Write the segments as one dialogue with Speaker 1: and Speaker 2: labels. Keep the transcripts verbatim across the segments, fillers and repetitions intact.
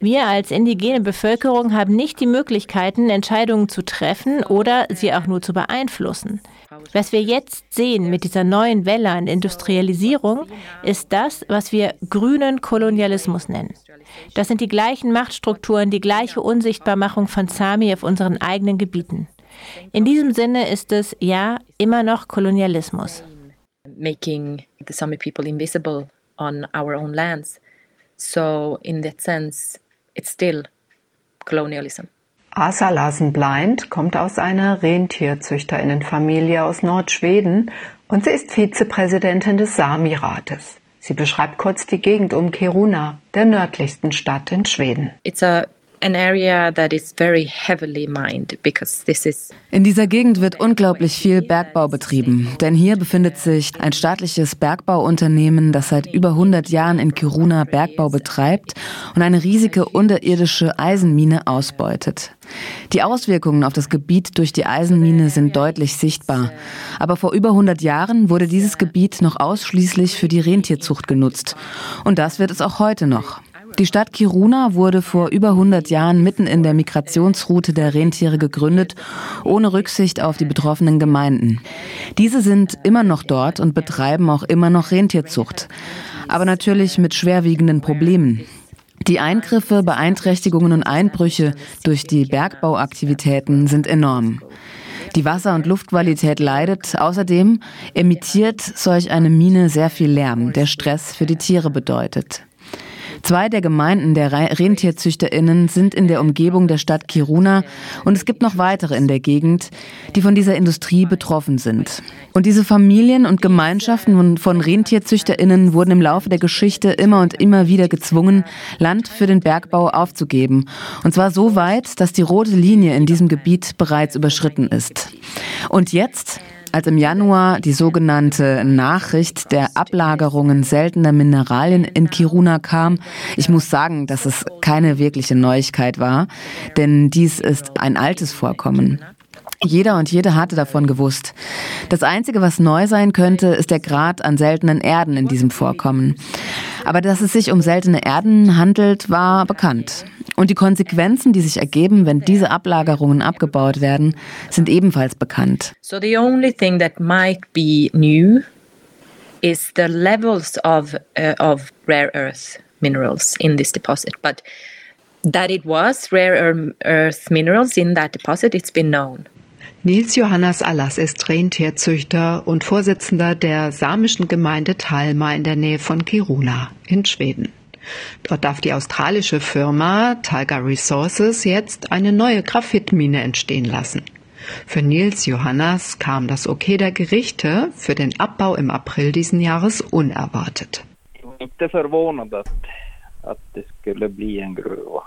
Speaker 1: Wir als indigene Bevölkerung haben nicht die Möglichkeiten, Entscheidungen zu treffen oder sie auch nur zu beeinflussen. Was wir jetzt sehen mit dieser neuen Welle an Industrialisierung, ist das, was wir grünen Kolonialismus nennen. Das sind die gleichen Machtstrukturen, die gleiche Unsichtbarmachung von Sami auf unseren eigenen Gebieten. In diesem Sinne ist es, ja, immer noch Kolonialismus.
Speaker 2: Making the Sami people invisible on our own lands. So in that sense, it's still colonialism.
Speaker 3: Asa Larsen-Blind kommt aus einer Rentierzüchterinnenfamilie aus Nordschweden und sie ist Vizepräsidentin des Sami-Rates. Sie beschreibt kurz die Gegend um Kiruna, der nördlichsten Stadt in Schweden.
Speaker 2: It's a An area that is very heavily mined because this is
Speaker 4: In dieser Gegend wird unglaublich viel Bergbau betrieben, denn hier befindet sich ein staatliches Bergbauunternehmen, das seit über hundert Jahren in Kiruna Bergbau betreibt und eine riesige unterirdische Eisenmine ausbeutet. Die Auswirkungen auf das Gebiet durch die Eisenmine sind deutlich sichtbar. Aber vor über hundert Jahren wurde dieses Gebiet noch ausschließlich für die Rentierzucht genutzt. Und das wird es auch heute noch. Die Stadt Kiruna wurde vor über hundert Jahren mitten in der Migrationsroute der Rentiere gegründet, ohne Rücksicht auf die betroffenen Gemeinden. Diese sind immer noch dort und betreiben auch immer noch Rentierzucht. Aber natürlich mit schwerwiegenden Problemen. Die Eingriffe, Beeinträchtigungen und Einbrüche durch die Bergbauaktivitäten sind enorm. Die Wasser- und Luftqualität leidet. Außerdem emittiert solch eine Mine sehr viel Lärm, der Stress für die Tiere bedeutet. Zwei der Gemeinden der RentierzüchterInnen sind in der Umgebung der Stadt Kiruna und es gibt noch weitere in der Gegend, die von dieser Industrie betroffen sind. Und diese Familien und Gemeinschaften von RentierzüchterInnen wurden im Laufe der Geschichte immer und immer wieder gezwungen, Land für den Bergbau aufzugeben. Und zwar so weit, dass die rote Linie in diesem Gebiet bereits überschritten ist. Und jetzt, als im Januar die sogenannte Nachricht der Ablagerungen seltener Mineralien in Kiruna kam, ich muss sagen, dass es keine wirkliche Neuigkeit war, denn dies ist ein altes Vorkommen. Jeder und jede hatte davon gewusst. Das Einzige, was neu sein könnte, ist der Grad an seltenen Erden in diesem Vorkommen. Aber dass es sich um seltene Erden handelt, war bekannt. Und die Konsequenzen, die sich ergeben, wenn diese Ablagerungen abgebaut werden, sind ebenfalls bekannt.
Speaker 2: So the only thing that might be new is the levels of uh, of rare earth minerals in this deposit, but that it was rare earth minerals in that deposit, it's been known.
Speaker 3: Nils Johannes Allas ist Rentierzüchter und Vorsitzender der samischen Gemeinde Talma in der Nähe von Kiruna in Schweden. Dort darf die australische Firma Taiga Resources jetzt eine neue Graphitmine entstehen lassen. Für Nils Johannes kam das Okay der Gerichte für den Abbau im April diesen Jahres unerwartet.
Speaker 5: Inte förvånad att att det skulle bli en gruva.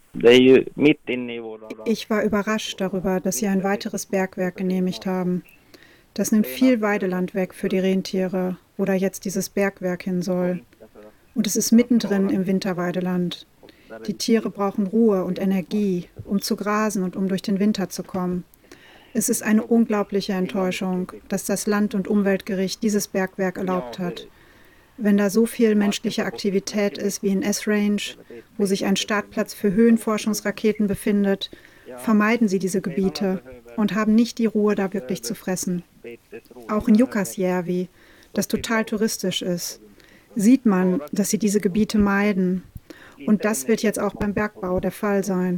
Speaker 6: Ich war überrascht darüber, dass sie ein weiteres Bergwerk genehmigt haben. Das nimmt viel Weideland weg für die Rentiere, wo da jetzt dieses Bergwerk hin soll. Und es ist mittendrin im Winterweideland. Die Tiere brauchen Ruhe und Energie, um zu grasen und um durch den Winter zu kommen. Es ist eine unglaubliche Enttäuschung, dass das Land- und Umweltgericht dieses Bergwerk erlaubt hat. Wenn da so viel menschliche Aktivität ist wie in S-Range, wo sich ein Startplatz für Höhenforschungsraketen befindet, vermeiden sie diese Gebiete und haben nicht die Ruhe, da wirklich zu fressen. Auch in Jukkasjärvi, das total touristisch ist, sieht man, dass sie diese Gebiete meiden. Und das wird jetzt auch beim Bergbau der Fall sein.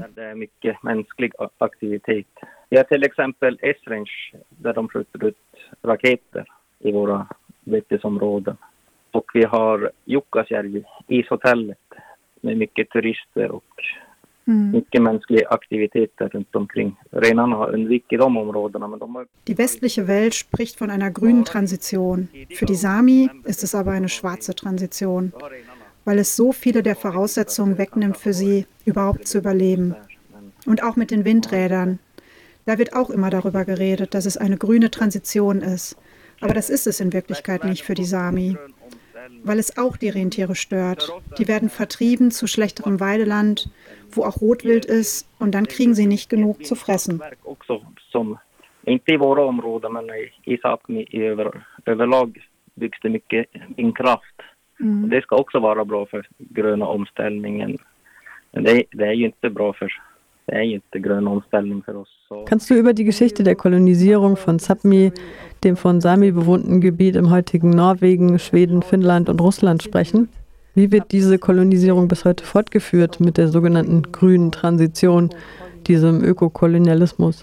Speaker 5: Ja, till exempel S-Range, där de skjuter ut raketer i våra betesområden. Och vi har Jukkasjärvi, ishotellet, med mycket turister och mm. mycket mänsklig aktivitet runt omkring. Renarna har undvikit de områdena, men de har...
Speaker 6: Die westliche Welt spricht von einer grünen Transition. Für die Sami ist es aber eine schwarze Transition, weil es so viele der Voraussetzungen wegnimmt für sie, überhaupt zu überleben. Und auch mit den Windrädern. Da wird auch immer darüber geredet, dass es eine grüne Transition ist. Aber das ist es in Wirklichkeit nicht für die Sami. Weil es auch die Rentiere stört. Die werden vertrieben zu schlechterem Weideland, wo auch Rotwild ist, und dann kriegen sie nicht genug zu fressen.
Speaker 5: Inte i våra områden, men i Sápmi överlag byggs det mycket vindkraft. Det ska också vara bra för gröna omställningen
Speaker 7: Kannst du über die Geschichte der Kolonisierung von Sápmi, dem von Sami bewohnten Gebiet im heutigen Norwegen, Schweden, Finnland und Russland sprechen? Wie wird diese Kolonisierung bis heute fortgeführt mit der sogenannten grünen Transition, diesem Ökokolonialismus?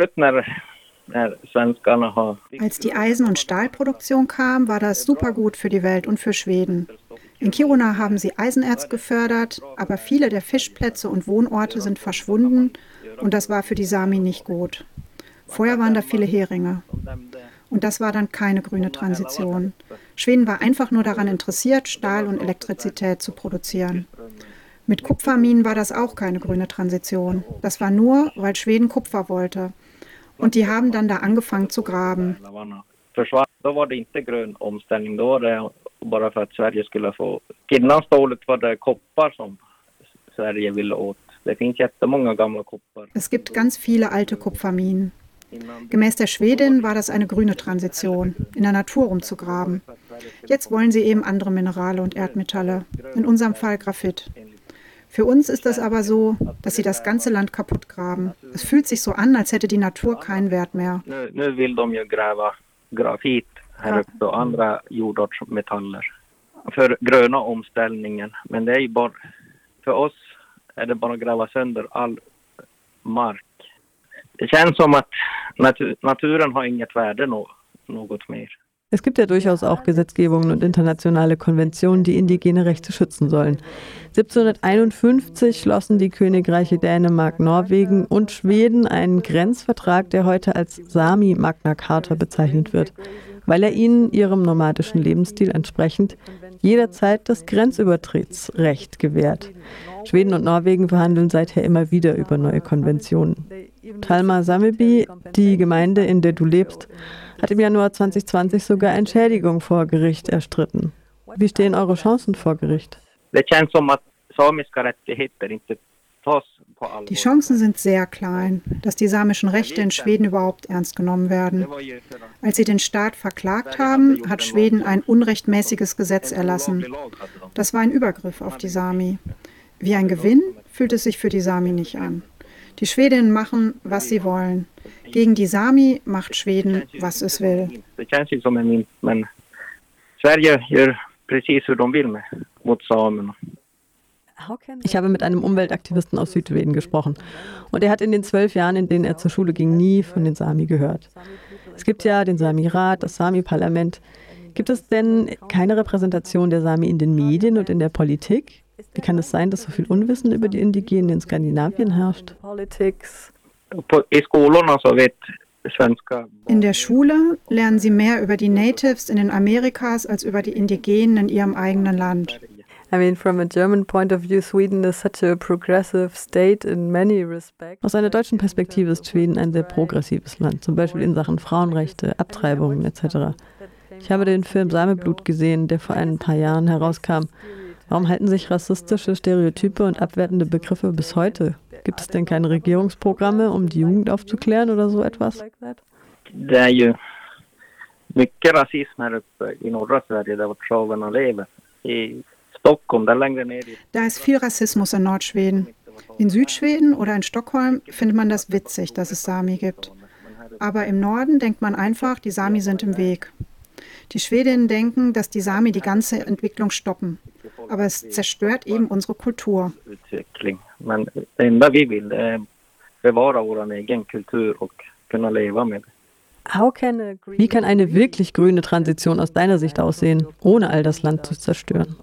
Speaker 6: Als die Eisen- und Stahlproduktion kam, war das super gut für die Welt und für Schweden. In Kiruna haben sie Eisenerz gefördert, aber viele der Fischplätze und Wohnorte sind verschwunden und das war für die Sami nicht gut. Vorher waren da viele Heringe. Und das war dann keine grüne Transition. Schweden war einfach nur daran interessiert, Stahl und Elektrizität zu produzieren. Mit Kupferminen war das auch keine grüne Transition. Das war nur, weil Schweden Kupfer wollte. Und die haben dann da angefangen zu graben.
Speaker 5: Då var det inte grön omställning, då var det bara för att Sverige skulle få... Innan stålet var det koppar som Sverige ville åt. Det finns jättemånga gamla koppar.
Speaker 6: Es gibt ganz viele alte Kupferminen. Gemäß der Schwedin war das eine grüne Transition, in der Natur rumzugraben. Jetzt wollen sie eben andere Minerale und Erdmetalle, in unserem Fall Graphit. Für uns ist das aber so, dass sie das ganze Land kaputt graben. Es fühlt sich so an, als hätte die Natur keinen Wert mehr.
Speaker 5: Nu, nu vill de ju gräva grafit här uppe och andra jordartsmetaller för gröna omställningen. Men det är ju bara, för oss är det bara att gräva sönder all mark. Det känns som att natur, naturen har inget värde no, något mer.
Speaker 7: Es gibt ja durchaus auch Gesetzgebungen und internationale Konventionen, die indigene Rechte schützen sollen. siebzehnhunderteinundfünfzig schlossen die Königreiche Dänemark, Norwegen und Schweden einen Grenzvertrag, der heute als Sami Magna Carta bezeichnet wird, weil er ihnen ihrem nomadischen Lebensstil entsprechend jederzeit das Grenzübertrittsrecht gewährt. Schweden und Norwegen verhandeln seither immer wieder über neue Konventionen. Talma Sameby, die Gemeinde, in der du lebst, hat im Januar zwanzig zwanzig sogar Entschädigung vor Gericht erstritten. Wie stehen eure Chancen vor Gericht?
Speaker 6: Die Chancen sind sehr klein, dass die samischen Rechte in Schweden überhaupt ernst genommen werden. Als sie den Staat verklagt haben, hat Schweden ein unrechtmäßiges Gesetz erlassen. Das war ein Übergriff auf die Sami. Wie ein Gewinn fühlt es sich für die Sami nicht an. Die Schwedinnen machen, was sie wollen. Gegen die Sami macht Schweden, was es will.
Speaker 7: Ich habe mit einem Umweltaktivisten aus Südschweden gesprochen und er hat in den zwölf Jahren, in denen er zur Schule ging, nie von den Sami gehört. Es gibt ja den Sami-Rat, das Sami-Parlament. Gibt es denn keine Repräsentation der Sami in den Medien und in der Politik? Wie kann es sein, dass so viel Unwissen über die Indigenen in Skandinavien herrscht?
Speaker 6: In der Schule lernen sie mehr über die Natives in den Amerikas als über die Indigenen in ihrem eigenen Land.
Speaker 7: I mean, from a German point of view, Sweden is such a progressive state in many respects. Aus einer deutschen Perspektive ist Schweden ein sehr progressives Land, zum Beispiel in Sachen Frauenrechte, Abtreibungen et cetera. Ich habe den Film Sameblut gesehen, der vor ein paar Jahren herauskam. Warum halten sich rassistische Stereotype und abwertende Begriffe bis heute? Gibt es denn keine Regierungsprogramme, um die Jugend aufzuklären oder so etwas?
Speaker 5: Det är ju mycket rasism här uppe i norra Sverige där traverna lever. I Stockholm, där längre ner.
Speaker 6: Da ist viel Rassismus in Nordschweden. In Südschweden oder in Stockholm findet man das witzig, dass es Sami gibt. Aber im Norden denkt man einfach, die Sami sind im Weg. Die Schwedinnen denken, dass die Sami die ganze Entwicklung stoppen. Aber es zerstört eben unsere Kultur.
Speaker 5: Men det enda vi vill är bevara vår egen kultur och kunna leva med det.
Speaker 7: Wie kann eine wirklich grüne Transition aus deiner Sicht aussehen, ohne all das Land zu zerstören?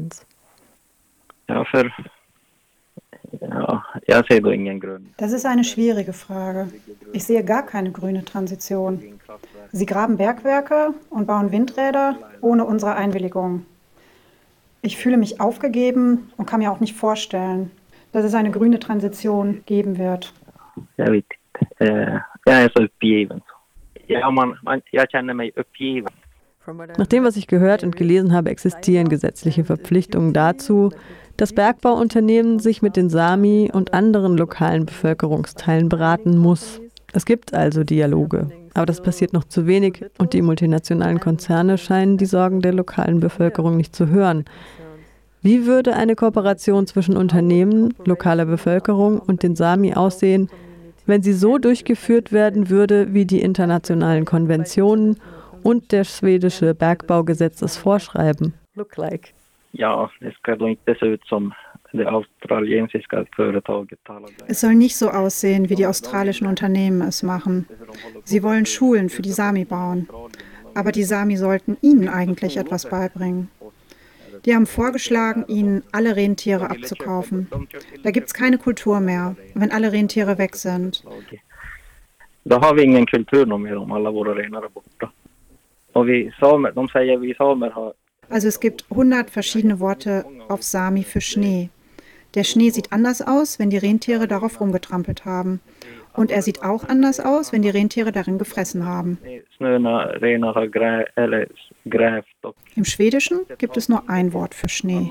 Speaker 5: Ja, für, ja, jag ser då ingen grün.
Speaker 6: Das ist eine schwierige Frage. Ich sehe gar keine grüne Transition. Sie graben Bergwerke und bauen Windräder ohne unsere Einwilligung. Ich fühle mich aufgegeben und kann mir auch nicht vorstellen, dass es eine grüne Transition geben wird.
Speaker 5: Jag vet inte. Jag är så uppgiven. Ja, man, man, jag känner mig uppgiven.
Speaker 7: Nach dem, was ich gehört und gelesen habe, existieren gesetzliche Verpflichtungen dazu, dass Bergbauunternehmen sich mit den Sami und anderen lokalen Bevölkerungsteilen beraten muss. Es gibt also Dialoge, aber das passiert noch zu wenig und die multinationalen Konzerne scheinen die Sorgen der lokalen Bevölkerung nicht zu hören. Wie würde eine Kooperation zwischen Unternehmen, lokaler Bevölkerung und den Sami aussehen, wenn sie so durchgeführt werden würde, wie die internationalen Konventionen und der schwedische Bergbaugesetz es vorschreiben? Look like.
Speaker 5: Ja, es ska då inte se ut som det australiensiska företaget talar.
Speaker 6: Es soll nicht so aussehen, wie die australischen Unternehmen es machen. Sie wollen Schulen für die Sami bauen. Aber die Sami sollten ihnen eigentlich etwas beibringen. Die haben vorgeschlagen, ihnen alle Rentiere abzukaufen. Da gibt es keine Kultur mehr, wenn alle Rentiere weg sind.
Speaker 5: Da har vi ingen kultur noch mehr, om alla våra renar är borta. Och vi samer, de säger vi samer har.
Speaker 6: Also es gibt hundert verschiedene Worte auf Sami für Schnee. Der Schnee sieht anders aus, wenn die Rentiere darauf rumgetrampelt haben. Und er sieht auch anders aus, wenn die Rentiere darin gefressen haben. Im Schwedischen gibt es nur ein Wort für Schnee.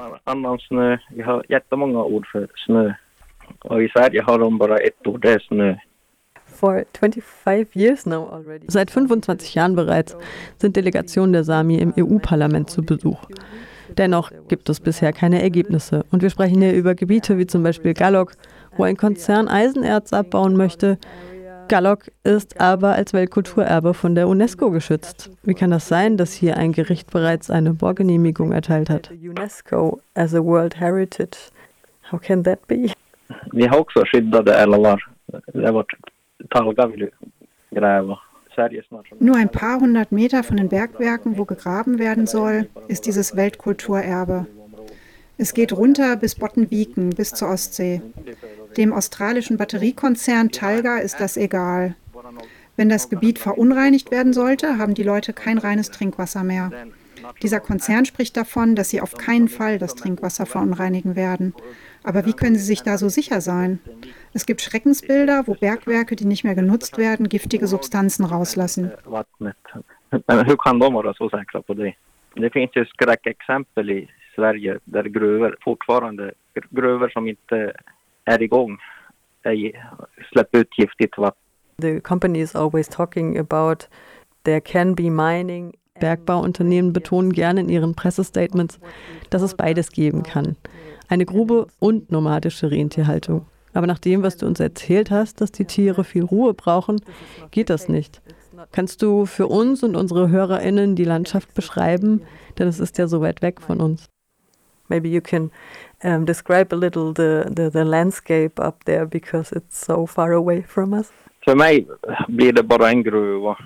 Speaker 7: Seit fünfundzwanzig Jahren bereits sind Delegationen der Sami im E U-Parlament zu Besuch. Dennoch gibt es bisher keine Ergebnisse. Und wir sprechen hier über Gebiete wie zum Beispiel Gallok, wo ein Konzern Eisenerz abbauen möchte. Gallok ist aber als Weltkulturerbe von der UNESCO geschützt. Wie kann das sein, dass hier ein Gericht bereits eine Baugenehmigung erteilt hat? UNESCO as a World Heritage. How can that be?
Speaker 5: Vi har också skyddade älvar. Det var Talga vill gräva.
Speaker 6: Nur ein paar hundert Meter von den Bergwerken, wo gegraben werden soll, ist dieses Weltkulturerbe. Es geht runter bis Bottenviken, bis zur Ostsee. Dem australischen Batteriekonzern Talga ist das egal. Wenn das Gebiet verunreinigt werden sollte, haben die Leute kein reines Trinkwasser mehr. Dieser Konzern spricht davon, dass sie auf keinen Fall das Trinkwasser verunreinigen werden. Aber wie können sie sich da so sicher sein? Es gibt Schreckensbilder, wo Bergwerke, die nicht mehr genutzt werden, giftige Substanzen rauslassen.
Speaker 5: Hur kan de vara så säkra på det? Det finns ju skräckexempel i Sverige där gruvor fortfarande gruvor som inte är igång släpper ut giftigt vatten.
Speaker 7: The company is always talking about there can be mining. Bergbauunternehmen betonen gerne in ihren Pressestatements, dass es beides geben kann. Eine Grube und nomadische Rentierhaltung. Aber nach dem, was du uns erzählt hast, dass die Tiere viel Ruhe brauchen, geht das nicht. Kannst du für uns und unsere HörerInnen die Landschaft beschreiben? Denn es ist ja so weit weg von uns. Maybe you can um, describe a little the, the, the landscape up there because it's so far away from us.
Speaker 5: För mig blir det bara en gruva.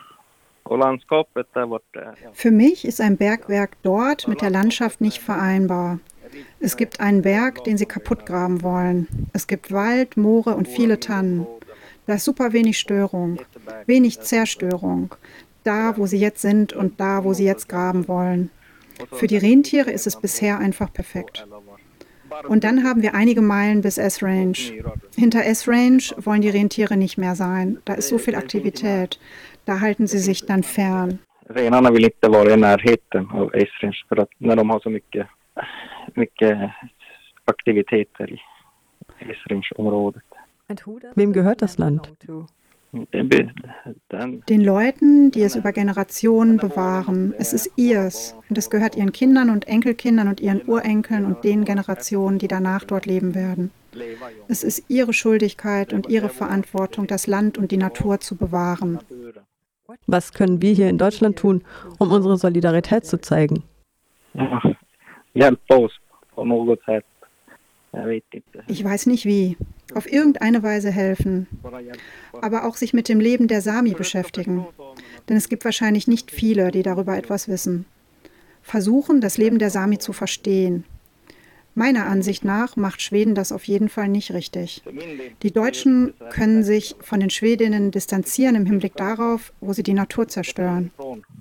Speaker 6: Für mich ist ein Bergwerk dort mit der Landschaft nicht vereinbar. Es gibt einen Berg, den sie kaputt graben wollen. Es gibt Wald, Moore und viele Tannen. Da ist super wenig Störung, wenig Zerstörung. Da, wo sie jetzt sind und da, wo sie jetzt graben wollen. Für die Rentiere ist es bisher einfach perfekt. Und dann haben wir einige Meilen bis S-Range. Hinter S-Range wollen die Rentiere nicht mehr sein. Da ist so viel Aktivität. Da halten sie sich dann fern.
Speaker 5: Renarna vill inte vara i närheten av S-Range för att när de har så mycket, mycket aktiviteter i S-Range-området.
Speaker 7: Wem gehört das Land?
Speaker 6: Den Leuten, die es über Generationen bewahren. Es ist ihrs und es gehört ihren Kindern und Enkelkindern und ihren Urenkeln und den Generationen, die danach dort leben werden. Es ist ihre Schuldigkeit und ihre Verantwortung, das Land und die Natur zu bewahren.
Speaker 7: Was können wir hier in Deutschland tun, um unsere Solidarität zu zeigen?
Speaker 5: Ja, hjälpa oss på något sätt.
Speaker 6: Ich weiß nicht wie. Auf irgendeine Weise helfen. Aber auch sich mit dem Leben der Sami beschäftigen. Denn es gibt wahrscheinlich nicht viele, die darüber etwas wissen. Versuchen, das Leben der Sami zu verstehen. Meiner Ansicht nach macht Schweden das auf jeden Fall nicht richtig. Die Deutschen können sich von den Schwedinnen distanzieren im Hinblick darauf, wo sie die Natur zerstören.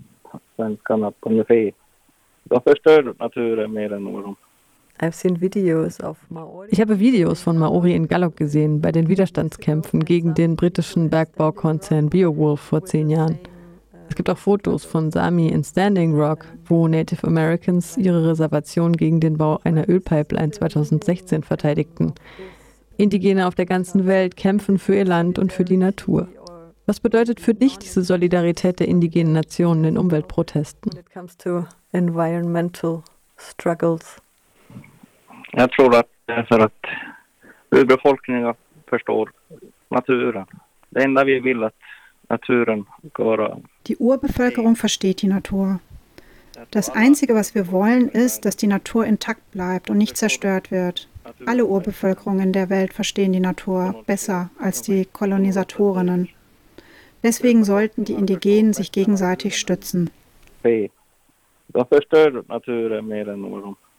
Speaker 7: I've seen videos of Maori. Ich habe Videos von Maori in Gallok gesehen, bei den Widerstandskämpfen gegen den britischen Bergbaukonzern Beowulf vor zehn Jahren. Es gibt auch Fotos von Sami in Standing Rock, wo Native Americans ihre Reservation gegen den Bau einer Ölpipeline zweitausendsechzehn verteidigten. Indigene auf der ganzen Welt kämpfen für ihr Land und für die Natur. Was bedeutet für dich diese Solidarität der indigenen Nationen in Umweltprotesten? When it comes to environmental struggles.
Speaker 5: Jag tror att det är för att urbefolkningen förstår naturen. Det enda vi vill att naturen ska vara.
Speaker 6: Die Urbevölkerung versteht die Natur. Das Einzige, was wir wollen, ist, dass die Natur intakt bleibt und nicht zerstört wird. Alle Urbevölkerungen der Welt verstehen die Natur besser als die Kolonisatorinnen. Deswegen sollten die Indigenen sich gegenseitig stützen.
Speaker 5: De förstör naturen mer än vad de